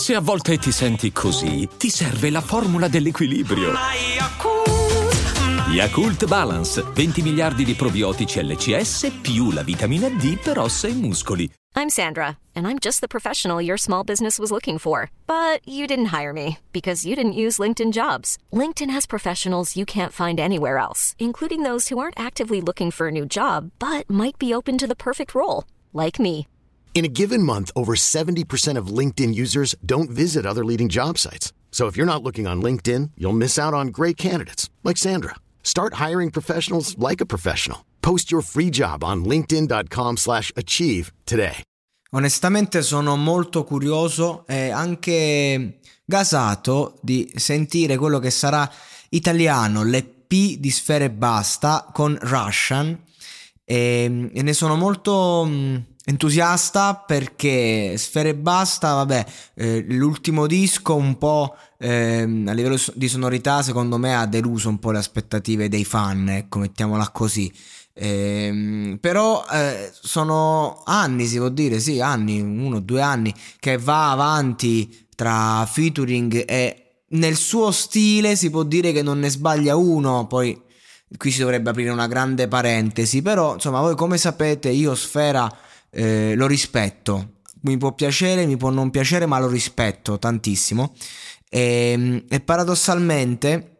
Se a volte ti senti così, ti serve la formula dell'equilibrio. Yakult Balance, 20 miliardi di probiotici LCS più la vitamina D per ossa e muscoli. I'm Sandra, and I'm just the professional your small business was looking for. But you didn't hire me because you didn't use LinkedIn Jobs. LinkedIn has professionals you can't find anywhere else, including those who aren't actively looking for a new job, but might be open to the perfect role, like me. In a given month, over 70% of LinkedIn users don't visit other leading job sites. So if you're not looking on LinkedIn, you'll miss out on great candidates like Sandra. Start hiring professionals like a professional. Post your free job on linkedin.com/achieve today. Onestamente sono molto curioso e anche gasato di sentire quello che sarà italiano, l'EP di Sfera Ebbasta con Russian, e ne sono molto entusiasta perché Sfera Ebbasta, vabbè, l'ultimo disco un po' a livello di sonorità secondo me ha deluso un po' le aspettative dei fan, ecco, mettiamola così. Però sono anni, si può dire, sì, anni, 1 o 2 anni che va avanti tra featuring e nel suo stile si può dire che non ne sbaglia uno. Poi qui si dovrebbe aprire una grande parentesi, però insomma voi come sapete io Sfera lo rispetto, mi può piacere, mi può non piacere, ma lo rispetto tantissimo, e paradossalmente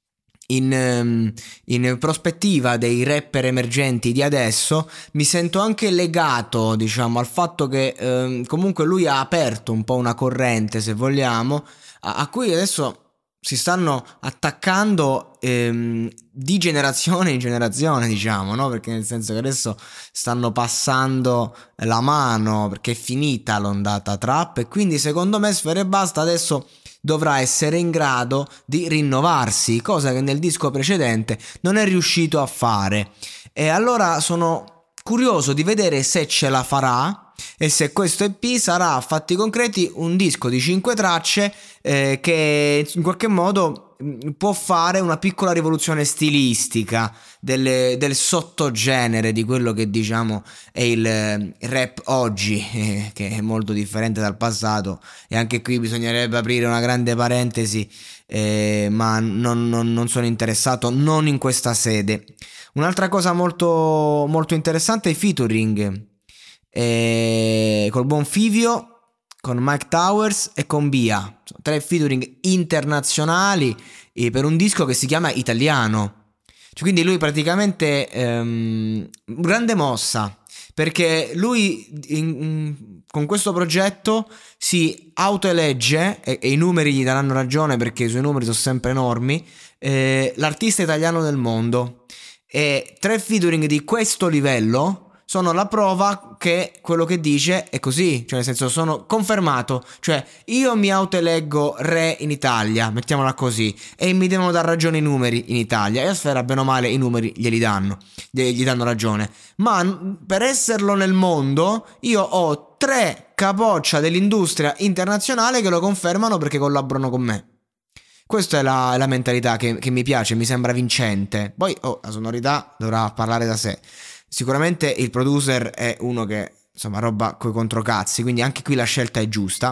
in prospettiva dei rapper emergenti di adesso mi sento anche legato, diciamo, al fatto che comunque lui ha aperto un po' una corrente, se vogliamo, a cui adesso si stanno attaccando di generazione in generazione, diciamo, no? Perché nel senso che adesso stanno passando la mano perché è finita l'ondata trap, e quindi secondo me Sfera Ebbasta adesso dovrà essere in grado di rinnovarsi, cosa che nel disco precedente non è riuscito a fare. E allora sono curioso di vedere se ce la farà e se questo EP sarà a fatti concreti un disco di 5 tracce che in qualche modo può fare una piccola rivoluzione stilistica del sottogenere di quello che diciamo è il rap oggi, che è molto differente dal passato, e anche qui bisognerebbe aprire una grande parentesi, ma non sono interessato, non in questa sede. Un'altra cosa molto, molto interessante è i featuring col buon Fivio, con Mike Towers e con Bia, 3 featuring internazionali per un disco che si chiama Italiano. Cioè, quindi lui praticamente grande mossa, perché lui con questo progetto si autoelegge, e i numeri gli daranno ragione perché i suoi numeri sono sempre enormi, l'artista italiano del mondo, e 3 featuring di questo livello sono la prova che quello che dice è così, cioè nel senso sono confermato, cioè io mi autoeleggo re in Italia, mettiamola così, e mi devono dar ragione i numeri in Italia, e a Sfera bene o male i numeri gli danno ragione, ma per esserlo nel mondo io ho 3 capoccia dell'industria internazionale che lo confermano perché collaborano con me. Questa è la mentalità che mi piace, mi sembra vincente. Poi la sonorità dovrà parlare da sé. Sicuramente il producer è uno che insomma roba coi controcazzi, quindi anche qui la scelta è giusta.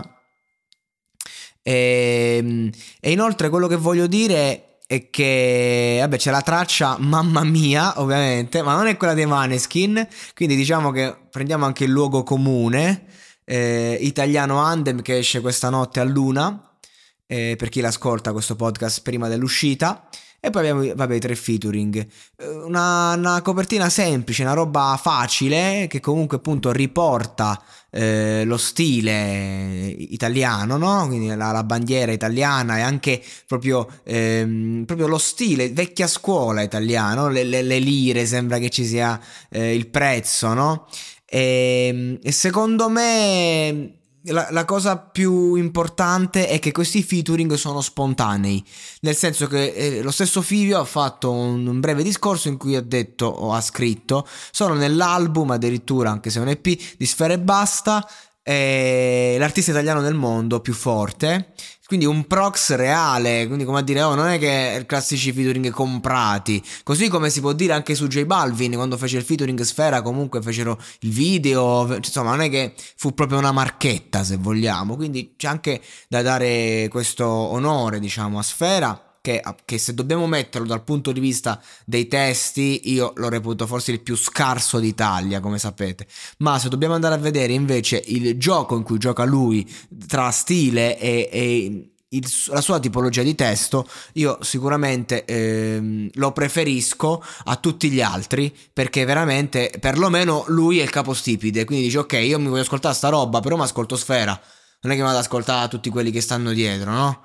E inoltre quello che voglio dire è che vabbè, c'è la traccia Mamma Mia ovviamente, ma non è quella dei Maneskin, quindi diciamo che prendiamo anche il luogo comune, Italiano Andem, che esce questa notte a luna, per chi l'ascolta questo podcast prima dell'uscita. E poi abbiamo, vabbè, i 3 featuring, una copertina semplice, una roba facile che comunque appunto riporta lo stile italiano, no? Quindi la bandiera italiana e anche proprio lo stile vecchia scuola italiano, le lire, sembra che ci sia il prezzo, no? E secondo me la cosa più importante è che questi featuring sono spontanei, nel senso che lo stesso Fivio ha fatto un breve discorso in cui ha detto, o ha scritto, sono nell'album addirittura, anche se è un EP di Sfera Ebbasta, è l'artista italiano del mondo più forte, quindi un prox reale, quindi come a dire, non è che classici featuring comprati, così come si può dire anche su J Balvin quando fece il featuring Sfera, comunque fecero il video, insomma non è che fu proprio una marchetta, se vogliamo, quindi c'è anche da dare questo onore, diciamo, a Sfera. Che se dobbiamo metterlo dal punto di vista dei testi, io lo reputo forse il più scarso d'Italia, come sapete. Ma se dobbiamo andare a vedere invece il gioco in cui gioca lui tra stile e la sua tipologia di testo, io sicuramente lo preferisco a tutti gli altri, perché veramente perlomeno lui è il capostipite, quindi dice ok, io mi voglio ascoltare sta roba, però mi ascolto Sfera, non è che vado ad ascoltare tutti quelli che stanno dietro, no?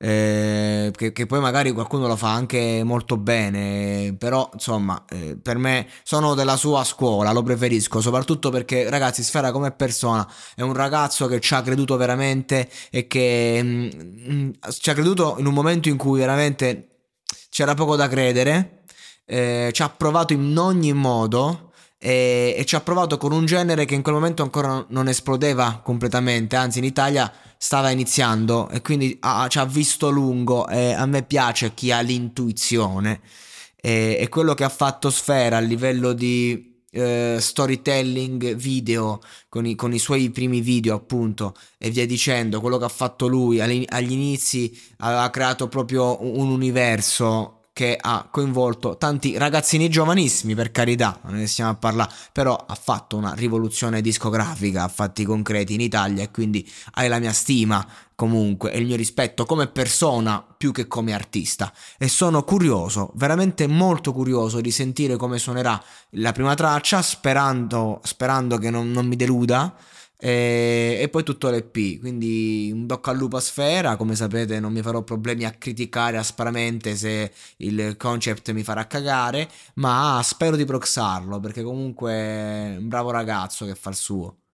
Che poi magari qualcuno lo fa anche molto bene, però insomma per me sono della sua scuola, lo preferisco, soprattutto perché ragazzi Sfera come persona è un ragazzo che ci ha creduto veramente e che ci ha creduto in un momento in cui veramente c'era poco da credere, ci ha provato in ogni modo e ci ha provato con un genere che in quel momento ancora non esplodeva completamente, anzi in Italia stava iniziando e quindi ci ha visto lungo, e a me piace chi ha l'intuizione, e quello che ha fatto Sfera a livello di storytelling video con i suoi primi video appunto e via dicendo, quello che ha fatto lui agli inizi aveva creato proprio un universo che ha coinvolto tanti ragazzini giovanissimi, per carità, non ne stiamo a parlare, però ha fatto una rivoluzione discografica a fatti concreti in Italia, e quindi hai la mia stima comunque e il mio rispetto come persona più che come artista, e sono curioso, veramente molto curioso di sentire come suonerà la prima traccia, sperando che non mi deluda. E poi tutto l'EP, quindi un bocca al lupo a Sfera. Come sapete non mi farò problemi a criticare aspramente se il concept mi farà cagare, ma spero di proxarlo perché comunque è un bravo ragazzo che fa il suo.